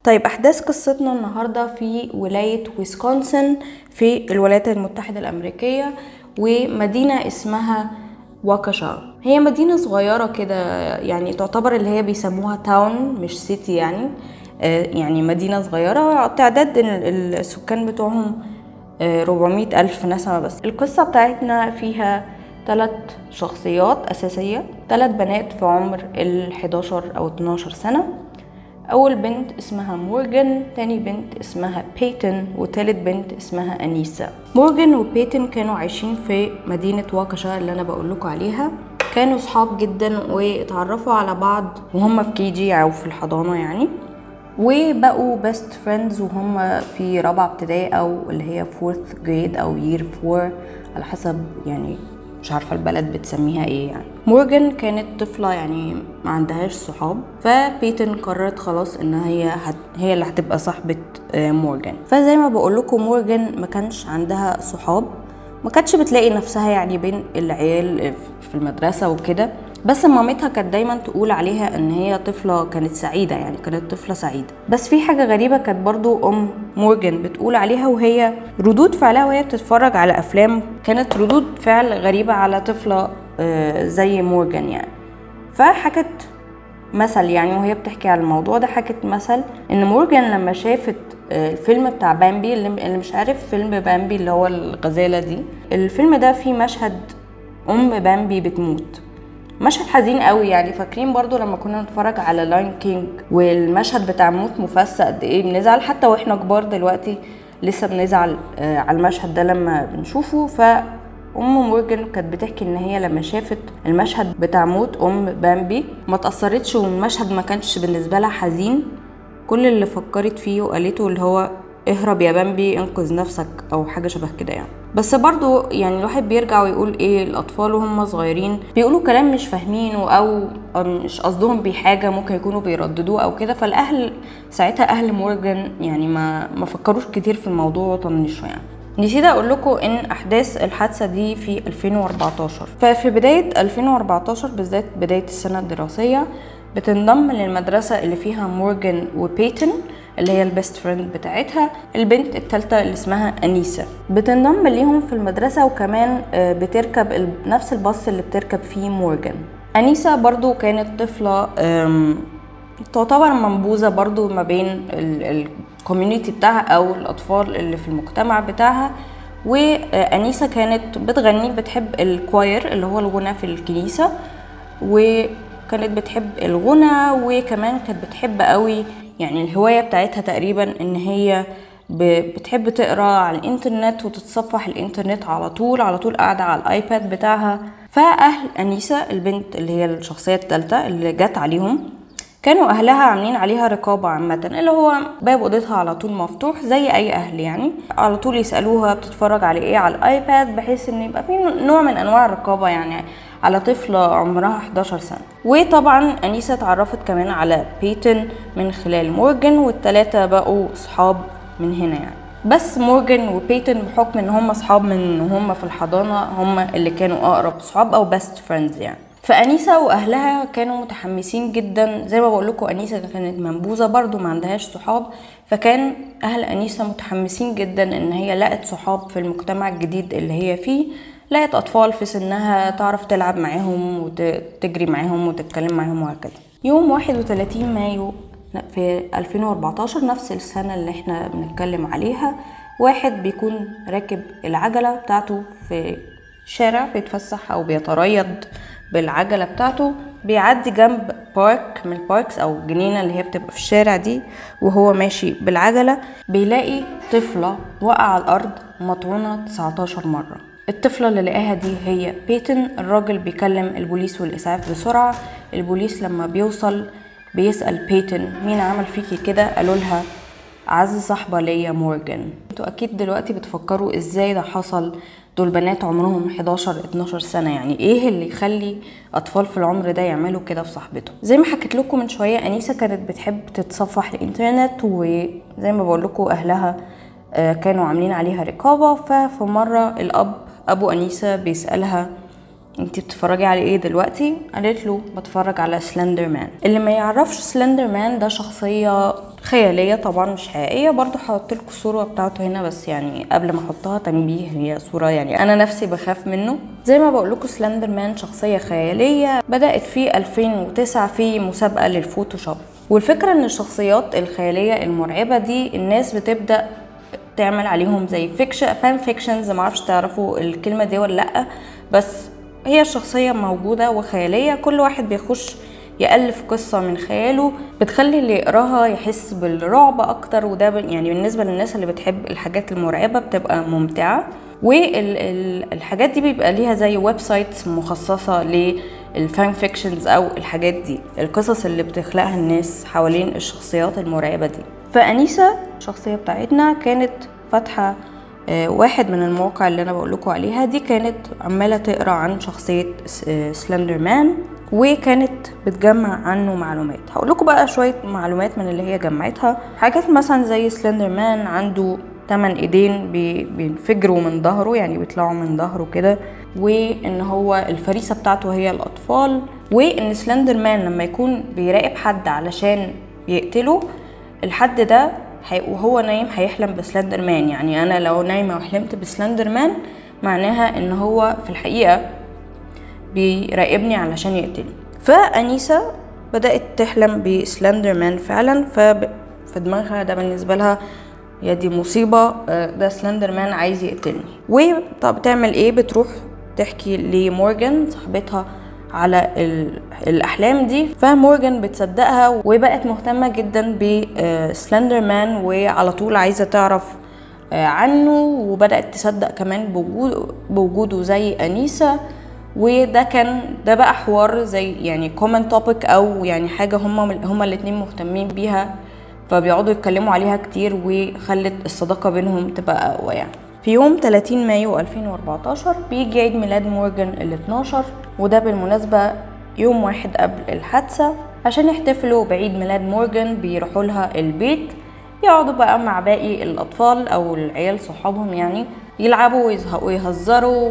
طيب أحداث قصتنا النهاردة في ولاية ويسكونسن في الولايات المتحدة الأمريكية، ومدينة اسمها واكاشا. هي مدينة صغيرة كده، يعني تعتبر اللي هي بيسموها تاون مش سيتي يعني مدينة صغيرة. تعداد السكان بتوعهم 400 ألف نسمة. بس القصة بتاعتنا فيها 3 شخصيات أساسية، 3 بنات في عمر 11 أو 12 سنة. أول بنت اسمها مورجان، تاني بنت اسمها بيتن، وتالت بنت اسمها أنيسا. مورجان وبيتن كانوا عايشين في مدينة واكاشا اللي أنا بقولكوا عليها. كانوا صحاب جدا واتعرفوا على بعض وهم في كيجي أو في الحضانة يعني، وبقوا بيست فريندز وهم في رابعة ابتدائي أو اللي هي 4th grade أو year 4 على حسب، يعني مش عارفة البلد بتسميها ايه يعني. مورجان كانت طفلة يعني ما عندهاش صحاب، فبيتن قررت خلاص ان هي اللي هتبقى صاحبة مورجان. فزي ما بقولكم مورجان ما كانش عندها صحاب، ما كانتش بتلاقي نفسها يعني بين العيال في المدرسة وكده. بس مامتها كانت دايما تقول عليها ان هي طفلة كانت سعيدة، يعني كانت طفلة سعيدة. بس في حاجة غريبة كانت برضو مورجان بتقول عليها، وهي ردود فعلها وهي بتتفرج على افلام. كانت ردود فعل غريبة على طفلة زي مورجان يعني. فحكت مثل يعني، وهي بتحكي على الموضوع ده حكت مثل ان مورجان لما شافت الفيلم بتاع بامبي، اللي مش عارف فيلم بامبي اللي هو الغزالة دي، الفيلم ده فيه مشهد بامبي بتموت، مشهد حزين قوي يعني. فاكرين برضو لما كنا نتفرج على لاين كينج والمشهد بتاع موت مفسة قد ايه بنزعل، حتى واحنا كبار دلوقتي لسه بنزعل على المشهد ده لما بنشوفه. مورجان كانت بتحكي ان هي لما شافت المشهد بتاع موت بامبي ما تأثرتش، والمشهد ما كانش بالنسبة لها حزين. كل اللي فكرت فيه وقالته اللي هو اهرب يا بامبي، انقذ نفسك او حاجة شبه كده يعني. بس برضو يعني الواحد بيرجع ويقول ايه، الاطفال وهم صغيرين بيقولوا كلام مش فاهمينه او مش قصدهم بحاجة، ممكن يكونوا بيرددوه او كده. فالاهل ساعتها اهل مورجان يعني ما فكروش كتير في الموضوع وطنشوا يعني. نسيت اقول لكم ان احداث الحادثه دي في 2014. ففي بدايه 2014 بالذات بدايه السنه الدراسيه بتنضم للمدرسه اللي فيها مورجان وبيتن اللي هي البيست فريند بتاعتها البنت الثالثه اللي اسمها انيسا. بتنضم ليهم في المدرسه، وكمان بتركب نفس الباص اللي بتركب فيه مورجان. انيسا برضو كانت طفله تعتبر منبوذة برضو ما بين الكوميونيتي بتاعها او الاطفال اللي في المجتمع بتاعها. وانيسا كانت بتغني، بتحب الكواير اللي هو الغنى في الكنيسة، وكانت بتحب الغنى، وكمان كانت بتحب قوي يعني الهواية بتاعتها تقريبا ان هي بتحب تقرا على الانترنت وتتصفح الانترنت على طول قاعدة على الايباد بتاعها. فاهل انيسا البنت اللي هي الشخصية الثالثة اللي جت عليهم كانوا اهلها عاملين عليها رقابة عامة، اللي هو باب اوضتها على طول مفتوح زي اي اهل يعني، على طول يسألوها بتتفرج على ايه على الايباد، بحيث ان يبقى في نوع من انواع الرقابة يعني على طفلة عمرها 11 سنة. وطبعا انيسا اتعرفت كمان على بيتن من خلال مورجان، والثلاثة بقوا صحاب من هنا يعني. بس مورجان وبيتن بحكم ان هم صحاب من هم في الحضانة، هم اللي كانوا اقرب صحاب او بيست فريندز يعني. فأنيسا وأهلها كانوا متحمسين جدا، زي ما بقول لكم أنيسا كانت منبوذة برضو ما عندهاش صحاب، فكان أهل أنيسا متحمسين جدا إن هي لقت صحاب في المجتمع الجديد اللي هي فيه، لقت أطفال في سنها تعرف تلعب معاهم وتجري معاهم وتتكلم معاهم وهكذا. يوم 31 مايو في 2014 نفس السنة اللي احنا بنتكلم عليها، واحد بيكون راكب العجلة بتاعته في شارع بيتفسح أو بيتريض بالعجلة بتاعته، بيعدي جنب بارك من الباركس أو جنينة اللي هي بتبقى في الشارع دي، وهو ماشي بالعجلة بيلاقي طفلة وقع على الأرض مطعونة 19 مرة. الطفلة اللي لقاها دي هي بيتن. الراجل بيكلم البوليس والإسعاف بسرعة. البوليس لما بيوصل بيسأل بيتن مين عمل فيكي كده، قالوا لها أعز صاحبة ليا مورجان. انتوا أكيد دلوقتي بتفكروا إزاي ده حصل، دول بنات عمرهم 11-12 سنة، يعني ايه اللي يخلي اطفال في العمر ده يعملوا كده في صاحبته؟ زي ما حكيت لكم من شوية انيسا كانت بتحب تتصفح الانترنت، وزي ما بقول لكم اهلها كانوا عاملين عليها رقابة. ففي مرة ابو انيسا بيسألها انتي بتتفرجي على ايه دلوقتي؟ قالت له بتفرج على سلندر مان. اللي ما يعرفش سلندر مان ده شخصية خيالية طبعا مش حقيقية، برضو هحط لكم الصورة بتاعته هنا، بس يعني قبل ما احطها تنبيه، هي صورة يعني انا نفسي بخاف منه. زي ما بقول لكم سلندر مان شخصية خيالية بدأت في 2009 في مسابقة للفوتوشوب. والفكرة ان الشخصيات الخيالية المرعبة دي الناس بتبدأ تعمل عليهم زي فان فيكشنز، معرفش تعرفوا الكلمة دي ولا لأ، بس هي الشخصية موجودة وخيالية، كل واحد بيخش يألف قصة من خياله بتخلي اللي يقراها يحس بالرعب أكتر، وده يعني بالنسبة للناس اللي بتحب الحاجات المرعبة بتبقى ممتعة. والحاجات دي بيبقى ليها زي ويب سايت مخصصة للفان فيكشنز أو الحاجات دي، القصص اللي بتخلقها الناس حوالين الشخصيات المرعبة دي. فأنيسة الشخصية بتاعتنا كانت فاتحة واحد من المواقع اللي انا بقول لكم عليها دي، كانت عماله تقرا عن شخصيه سلندر مان وكانت بتجمع عنه معلومات. هقول لكم بقى شويه معلومات من اللي هي جمعتها. حاجات مثلا زي سلندر مان عنده 8 ايدين بينفجروا من ظهره، يعني بيطلعوا من ظهره كده، وان هو الفريسه بتاعته هي الاطفال، وان سلندر مان لما يكون بيراقب حد علشان يقتله، الحد ده وهو نايم هيحلم بسلندر مان. يعني انا لو نايمه وحلمت بسلندر مان معناها ان هو في الحقيقه بيراقبني علشان يقتلني. فأنيسة بدأت تحلم بسلندر مان فعلا، في دماغها ده بالنسبه لها يا دي مصيبه، ده سلندر مان عايز يقتلني. وطب تعمل ايه؟ بتروح تحكي لمورجان صاحبتها على الأحلام دي، فمورجان بتصدقها وبقت مهتمة جدا بسلندر مان وعلى طول عايزة تعرف عنه، وبدأت تصدق كمان بوجوده زي أنيسة. وده ده بقى حوار زي يعني كومن توبيك، أو يعني حاجة هما الاتنين مهتمين بيها، فبيقعدوا يتكلموا عليها كتير وخلت الصداقة بينهم تبقى أقوى. يعني في يوم 30 مايو 2014 بيجي عيد ميلاد مورجان ال12، وده بالمناسبة يوم واحد قبل الحادثة. عشان يحتفلوا بعيد ميلاد مورجان بيروحوا لها البيت، يقعدوا بقى مع باقي الأطفال أو العيال صحابهم، يعني يلعبوا ويهزروا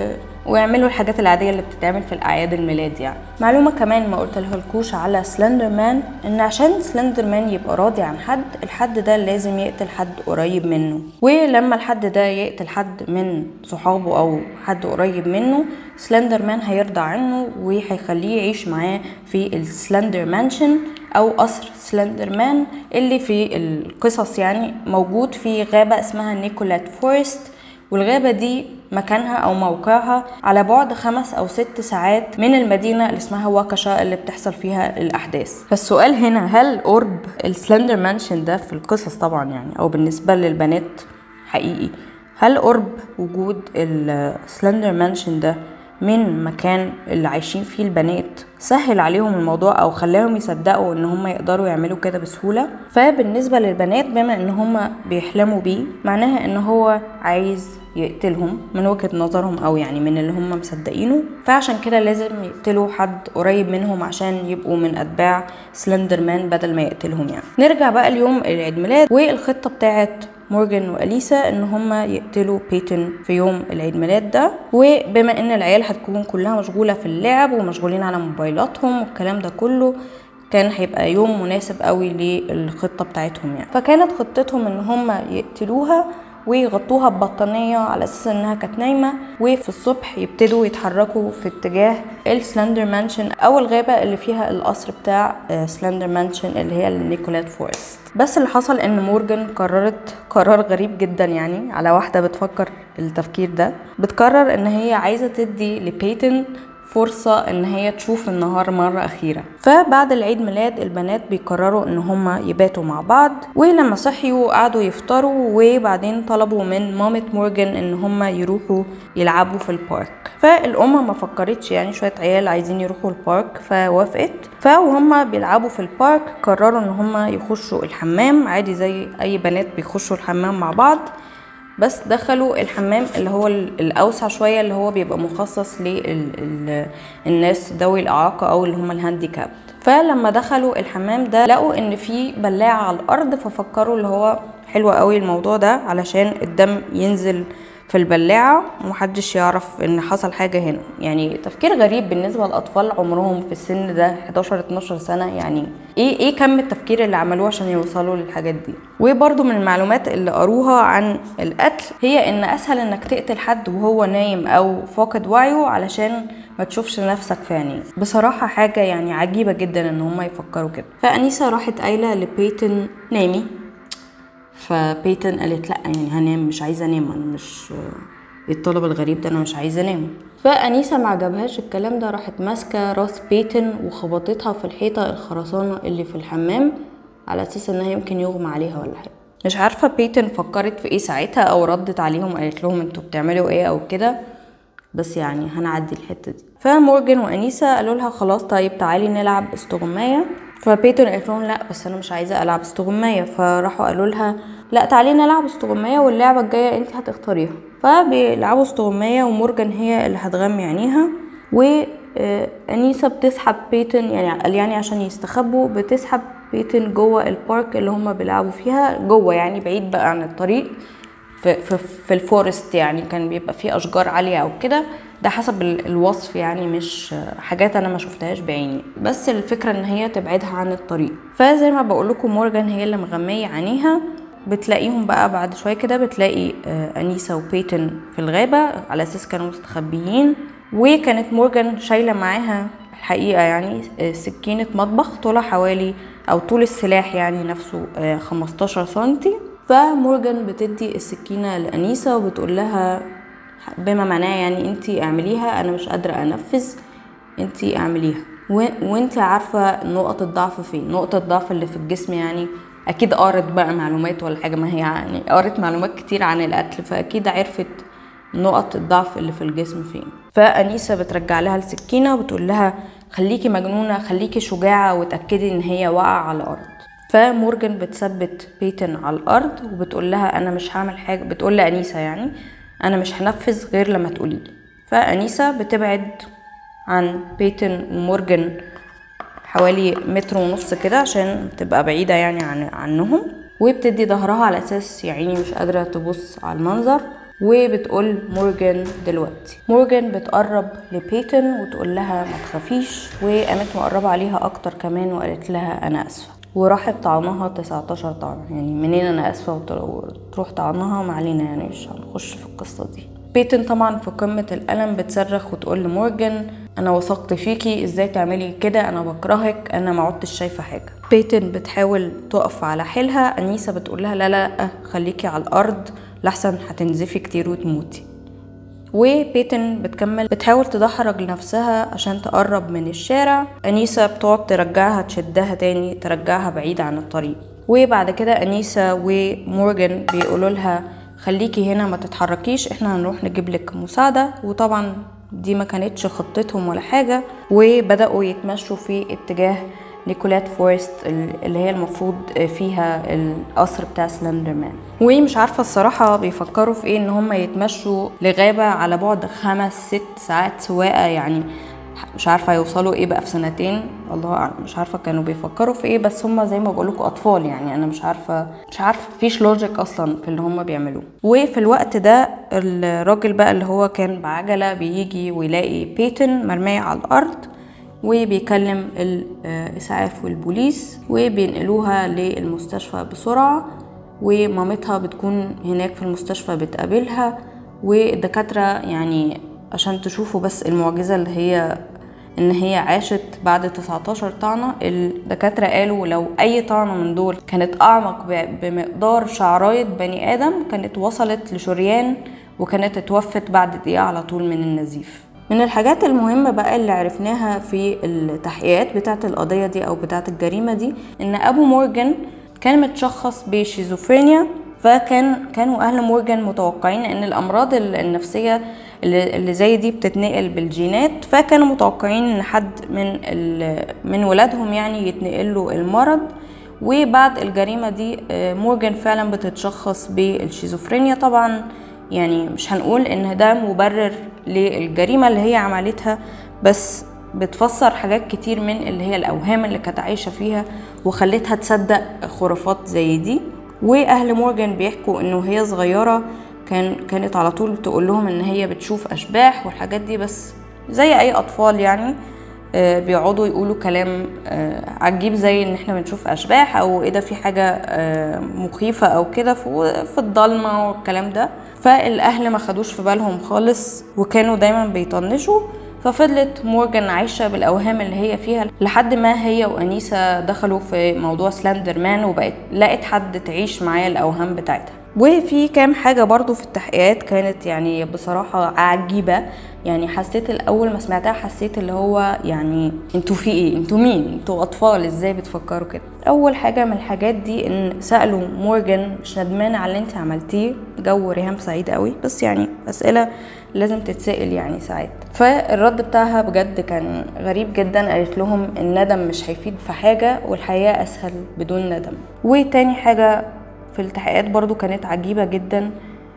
ويعملوا الحاجات العادية اللي بتتعمل في الأعياد الميلاد. يعني معلومة كمان ما قلت لكوش على سلندر مان، إن عشان سلندر مان يبقى راضي عن حد، الحد ده لازم يقتل حد قريب منه، ولما الحد ده يقتل حد من صحابه أو حد قريب منه، سلندر مان هيرضى عنه وهيخليه يعيش معاه في السلندر مانشن أو قصر سلندر مان اللي في القصص، يعني موجود في غابة اسمها نيكولات فورست. والغابة دي مكانها أو موقعها على بعد 5 أو 6 ساعات من المدينة اللي اسمها واكاشا اللي بتحصل فيها الأحداث. فالسؤال هنا، هل قرب السلندر مانشن ده في القصص طبعا يعني أو بالنسبة للبنات حقيقي، هل قرب وجود السلندر مانشن ده من مكان اللي عايشين فيه البنات سهل عليهم الموضوع او خلاهم يصدقوا ان هم يقدروا يعملوا كده بسهولة؟ فبالنسبة للبنات بما ان هم بيحلموا بيه، معناها ان هو عايز يقتلهم من وجهة نظرهم او يعني من اللي هم مصدقينه، فعشان كده لازم يقتلوا حد قريب منهم عشان يبقوا من اتباع سلندر مان بدل ما يقتلهم. يعني نرجع بقى اليوم العيد ميلاد والخطة بتاعت مورجان وأليسا ان هما يقتلوا بيتن في يوم العيد ميلاد ده. وبما ان العيال هتكون كلها مشغولة في اللعب ومشغولين على موبايلاتهم والكلام ده كله، كان هيبقى يوم مناسب قوي للخطة بتاعتهم. يعني فكانت خطتهم ان هما يقتلوها ويغطوها ببطانية على اساس انها كانت نايمة، وفي الصبح يبتدوا يتحركوا في اتجاه السلندر مانشن او الغابة اللي فيها القصر بتاع سلندر مانشن اللي هي النيكولات فورست. بس اللي حصل ان مورجان قررت قرار غريب جدا، يعني على واحدة بتفكر التفكير ده، بتقرر ان هي عايزة تدي لبيتن فرصة ان هي تشوف النهار مرة اخيرة. فبعد العيد ميلاد البنات بيقرروا ان هما يباتوا مع بعض، ولما صحيوا قعدوا يفطروا، وبعدين طلبوا من مامة مورجان ان هما يروحوا يلعبوا في البارك. فالام ما فكرتش، يعني شوية عيال عايزين يروحوا البارك فوافقت. فوهما بيلعبوا في البارك قرروا ان هما يخشوا الحمام عادي زي اي بنات بيخشوا الحمام مع بعض، بس دخلوا الحمام اللي هو الأوسع شوية اللي هو بيبقى مخصص للناس ذوي الإعاقة أو اللي هم الهانديكاب. فلما دخلوا الحمام ده لقوا إن في بلاعة على الأرض، ففكروا اللي هو حلو قوي الموضوع ده علشان الدم ينزل في البلاعة ومحدش يعرف ان حصل حاجة هنا. يعني تفكير غريب بالنسبة للأطفال عمرهم في السن ده 11-12 سنة. يعني ايه كم التفكير اللي عملوه عشان يوصلوا للحاجات دي. وبرضو من المعلومات اللي قروها عن القتل هي ان اسهل انك تقتل حد وهو نايم او فاقد وعيه علشان ما تشوفش نفسك في عينيه. بصراحة حاجة يعني عجيبة جدا ان هم يفكروا كده. فأنيسة راحت قايلة لبيتن نامي، فبيتن قالت لا يعني هنام، مش عايزة انام، انا مش الطلب الغريب ده، انا مش عايزة انام. فأنيسة ما عجبهاش الكلام ده، راحت ماسكة راس بيتن وخبطتها في الحيطة الخرسانة اللي في الحمام على اساس انها يمكن يغمى عليها ولا حاجة. مش عارفة بيتن فكرت في ايه ساعتها او ردت عليهم قالت لهم انتوا بتعملوا ايه او كده، بس يعني هنعدي الحتة دي. فمورجان وأنيسة قالوا لها خلاص طيب تعالي نلعب استغماية. فبيتر قالت لهم لا بس انا مش عايزة العب استغماية. فراحوا قالوا لها لا تعالي نلعب استغماية واللعبة الجاية انت هتختاريها. فبيلعبوا استغماية ومورجان هي اللي هتغمي عينيها، وأنيسة بتسحب بيتن يعني عشان يستخبوا بتسحب بيتن جوه البارك اللي هما بيلعبوا فيها، جوه يعني بعيد بقى عن الطريق في الفورست. يعني كان بيبقى فيه اشجار عاليه او كده، ده حسب الوصف يعني، مش حاجات انا ما شفتهاش بعيني، بس الفكره ان هي تبعدها عن الطريق. فزي ما بقول لكم مورجان هي اللي مغميه عينيها. بتلاقيهم بقى بعد شويه كده بتلاقي أنيسة وبيتن في الغابه على اساس كانوا مستخبيين. وكانت مورجان شايله معاها الحقيقه يعني سكينه مطبخ طولها حوالي او طول السلاح يعني نفسه 15 سنتي. فمورجان بتدي السكينة لأنيسة وبتقول لها بما معناه يعني انتي اعمليها، انا مش قادرة انفذ، انتي اعمليها وانتي عارفة نقط الضعف فين. نقطة الضعف اللي في الجسم يعني اكيد قارت بقى معلومات ولا حاجة، ما هي يعني قارت معلومات كتير عن القتل فاكيد عرفت نقط الضعف اللي في الجسم فين. فأنيسة بترجع لها السكينة وبتقول لها خليكي مجنونة، خليكي شجاعة وتأكدي ان هي واقعة على الارض. فمورجان بتثبت بيتن على الارض وبتقول لها انا مش هعمل حاجه، بتقول لأنيسة يعني انا مش هنفذ غير لما تقولي لي. فأنيسة بتبعد عن بيتن ومورجان حوالي 1.5 متر كده عشان تبقى بعيده يعني عنهم، وبتدي ظهرها على اساس يعني مش قادره تبص على المنظر. وبتقول مورجان دلوقتي. مورجان بتقرب لبيتن وتقول لها ما تخافيش، وقامت مقربه عليها اكتر كمان وقالت لها انا اسفه، وراحت طعنها 19 طعنه. يعني منين انا اسفه وتروح طعنها، ما علينا يعني مش هنخش في القصه دي. بيتن طبعا في قمه الالم بتصرخ وتقول لمورجان انا وثقت فيكي، ازاي تعملي كده، انا بكرهك، انا ما عدتش شايفه حاجه. بيتن بتحاول تقف على حيلها. أنيسة بتقول لها لا لا خليكي على الارض لحسن هتنزفي كتير وتموتي. وبيتن بتكمل بتحاول تدحرج لنفسها عشان تقرب من الشارع. أنيسة بتقعد ترجعها تشدها تاني ترجعها بعيد عن الطريق. وبعد كده أنيسة ومورجان بيقولوا لها خليكي هنا ما تتحركيش، احنا هنروح نجيب لك مساعدة. وطبعا دي ما كانتش خطتهم ولا حاجة، وبدأوا يتمشوا في اتجاه نيكولات فورست اللي هي المفروض فيها القصر بتاع سلندرمان. ومش عارفة الصراحة بيفكروا في ايه ان هم يتمشوا لغابة على بعد 5-6 ساعات سواقة. يعني مش عارفة يوصلوا ايه بقى في 2 سنين، الله اعلم. مش عارفة كانوا بيفكروا في ايه، بس هم زي ما بقولكوا اطفال يعني انا مش عارفة فيش لوجيك اصلا في اللي هم بيعملوه. وفي الوقت ده الراجل بقى اللي هو كان بعجلة بيجي ويلاقي بيتن مرمية على الارض، وبيكلم الإسعاف والبوليس وبينقلوها للمستشفى بسرعة. ومامتها بتكون هناك في المستشفى بتقابلها، والدكاترة يعني عشان تشوفوا بس المعجزة اللي هي ان هي عاشت بعد 19 طعنة. الدكاترة قالوا لو اي طعنة من دول كانت اعمق بمقدار شعراية بني ادم كانت وصلت لشريان وكانت اتوفت بعد دقيقة على طول من النزيف. من الحاجات المهمة بقى اللي عرفناها في التحقيقات بتاعت القضية دي او بتاعت الجريمة دي ان ابو مورجان كان متشخص بشيزوفرينيا. كانوا اهل مورجان متوقعين ان الامراض النفسية اللي زي دي بتتنقل بالجينات، فكانوا متوقعين ان حد من ولادهم يعني يتنقل له المرض. وبعد الجريمة دي مورجان فعلا بتتشخص بالشيزوفرينيا. طبعا يعني مش هنقول ان ده مبرر للجريمة اللي هي عملتها، بس بتفسر حاجات كتير من اللي هي الاوهام اللي كانت عايشة فيها وخلتها تصدق خرافات زي دي. واهل مورجان بيحكوا انه هي صغيرة كانت على طول تقول لهم ان هي بتشوف اشباح والحاجات دي، بس زي اي اطفال يعني بيقعدوا يقولوا كلام عجيب زي ان احنا بنشوف اشباح او ايه ده، في حاجه مخيفه او كده في الضلمه والكلام ده. فالاهل ما خدوش في بالهم خالص وكانوا دايما بيطنشوا. ففضلت مورجان عايشه بالاوهام اللي هي فيها لحد ما هي وانيسا دخلوا في موضوع سلاندر مان، وبقت لقت حد تعيش معاه الاوهام بتاعتها. وفي كام حاجه برضو في التحقيقات كانت يعني بصراحه عجيبه. يعني حسيت الاول ما سمعتها حسيت اللي هو يعني انتوا في ايه، انتوا مين، انتوا اطفال ازاي بتفكروا كده. اول حاجه من الحاجات دي ان سالوا مورجان مش ندمانه على اللي انت عملتيه، جو ريهام سعيد قوي، بس يعني اسئله لازم تتسال يعني ساعات. فالرد بتاعها بجد كان غريب جدا، قالت لهم الندم مش هيفيد في حاجه والحياه اسهل بدون ندم. وتاني حاجه في التحقيقات برضو كانت عجيبه جدا،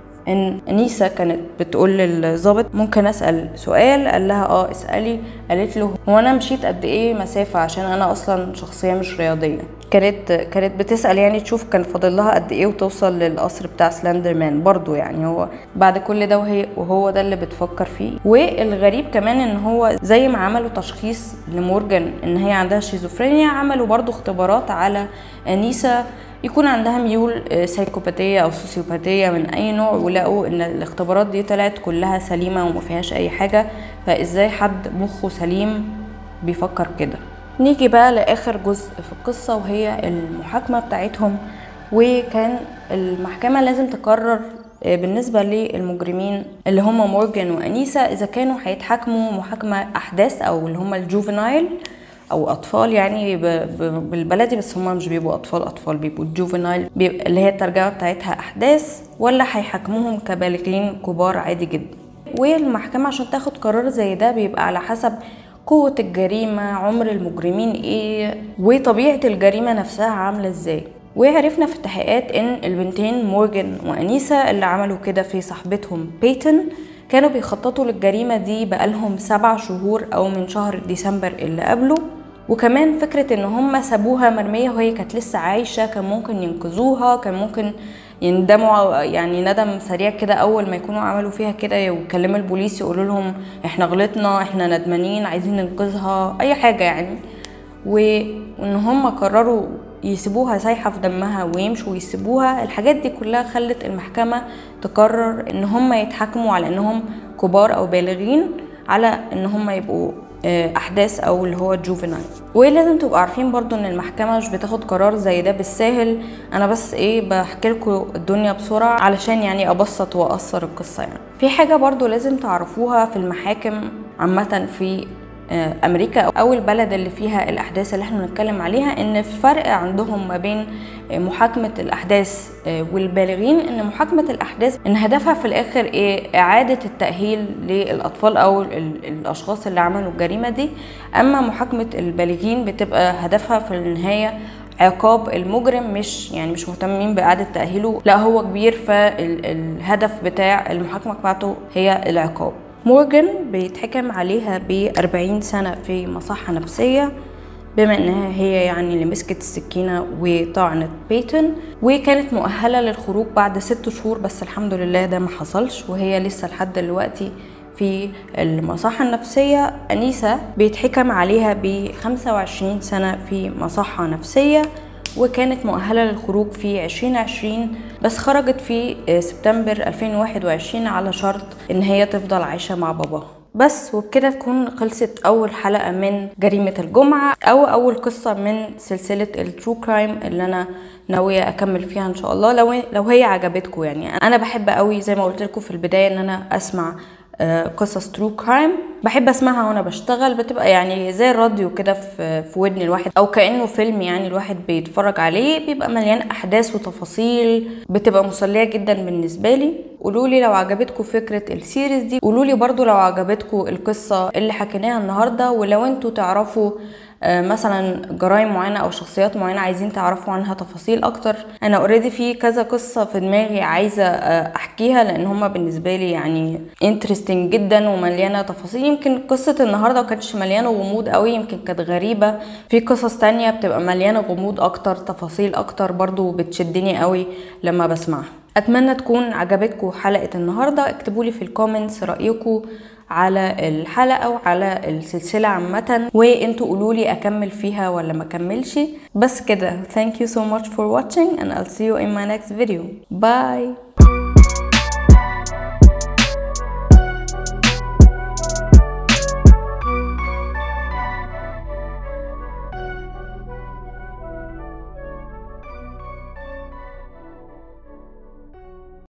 ان انيسا كانت بتقول للظابط ممكن اسال سؤال؟ قال لها اسالي. قالت له هو انا مشيت قد ايه مسافه، عشان انا اصلا شخصيه مش رياضيه. كانت بتسال يعني تشوف كان فاضل لها قد ايه وتوصل للقصر بتاع سلاندر مان برضو. يعني هو بعد كل ده وهو ده اللي بتفكر فيه. والغريب كمان ان هو زي ما عملوا تشخيص لمورجان ان هي عندها شيزوفرينيا، عملوا برضو اختبارات على انيسا يكون عندها ميول سايكوباتية او سوسيوباتية من اي نوع، ولقوا ان الاختبارات دي طلعت كلها سليمة وما فيهاش اي حاجة. فازاي حد مخه سليم بيفكر كده؟ نيجي بقى لاخر جزء في القصة وهي المحاكمة بتاعتهم. وكان المحكمة لازم تقرر بالنسبة للمجرمين اللي هم مورجان وانيسا اذا كانوا هيتحاكموا محاكمة احداث او اللي هم الجوفينايل او اطفال يعني بالبلدي، بس هم مش بيبقوا اطفال بيبقوا الجوفينايل اللي هي الترجمه بتاعتها احداث، ولا هيحاكموهم كبالغين كبار عادي جدا. والمحكمه عشان تاخد قرار زي ده بيبقى على حسب قوه الجريمه، عمر المجرمين ايه، وطبيعه الجريمه نفسها عامله ازاي. وعرفنا في التحقيقات ان البنتين مورجان وانيسا اللي عملوا كده في صاحبتهم بيتن كانوا بيخططوا للجريمه دي بقالهم 7 شهور او من شهر ديسمبر اللي قبله. وكمان فكرة ان هم سابوها مرمية وهي كانت لسه عايشة، كان ممكن ينقذوها، كان ممكن يندموا يعني ندم سريع كده اول ما يكونوا عملوا فيها كده، ويكلموا البوليس يقولوا لهم احنا غلطنا، احنا ندمانين، عايزين ننقذها، اي حاجة يعني. وان هم قرروا يسيبوها سايحة في دمها ويمشوا ويسيبوها. الحاجات دي كلها خلت المحكمة تقرر ان هم يتحكموا على انهم كبار او بالغين، على ان هم يبقوا احداث او اللي هو الجوفينايل. ولازم تبقوا عارفين برضو ان المحكمه مش بتاخد قرار زي ده بالساهل. انا بس بحكي لكم الدنيا بسرعه علشان يعني ابسط واقصر القصه. يعني في حاجه برضو لازم تعرفوها في المحاكم عامه في امريكا او البلد اللي فيها الاحداث اللي احنا بنتكلم عليها، ان في فرق عندهم ما بين محاكمه الاحداث والبالغين. ان محاكمه الاحداث ان هدفها في الاخر اعاده التاهيل للاطفال او الاشخاص اللي عملوا الجريمه دي. اما محاكمه البالغين بتبقى هدفها في النهايه عقاب المجرم، مش مهتمين باعاده تاهيله، لا هو كبير فالهدف بتاع المحاكمه بتاعته هي العقاب. مورجان بيتحكم عليها ب40 سنة في مصحة نفسية، بما انها هي يعني اللي مسكت السكينة وطعنت بيتن، وكانت مؤهلة للخروج بعد 6 شهور، بس الحمد لله ده ما حصلش وهي لسه لحد دلوقتي في المصحة النفسية. أنيسا بيتحكم عليها ب25 سنة في مصحة نفسية، وكانت مؤهلة للخروج في 2020، بس خرجت في سبتمبر 2021 على شرط ان هي تفضل عايشة مع باباها. بس وبكده تكون خلصت اول حلقة من جريمة الجمعة، او اول قصة من سلسلة الترو كرايم اللي انا ناوية اكمل فيها ان شاء الله لو هي عجبتكم. يعني انا بحب قوي زي ما قلت لكم في البداية ان انا اسمع قصص ترو كرايم، بحب اسمعها وانا بشتغل، بتبقى يعني زي الراديو كده في ودن الواحد، او كانه فيلم يعني الواحد بيتفرج عليه، بيبقى مليان احداث وتفاصيل، بتبقى مسليه جدا بالنسبه لي. قولولي لو عجبتكم فكره السيريز دي، قولولي برضو لو عجبتكم القصه اللي حكيناها النهارده، ولو انتوا تعرفوا مثلا جرائم معينه او شخصيات معينه عايزين تعرفوا عنها تفاصيل اكتر. انا اوريدي في كذا قصه في دماغي عايزه احكيها، لان هما بالنسبه لي يعني انترستنج جدا ومليانه تفاصيل. يمكن قصه النهارده ما كانتش مليانه غموض قوي، يمكن كانت غريبه. في قصص تانية بتبقى مليانه غموض اكتر، تفاصيل اكتر، برضو بتشدني قوي لما بسمعها. اتمنى تكون عجبتكم حلقة النهاردة. اكتبولي في الكومنتس رأيكم على الحلقة وعلى السلسلة عامة، وانتوا قولولي اكمل فيها ولا ما كملش. بس كده. Thank you so much for watching and I'll see you in my next video. Bye.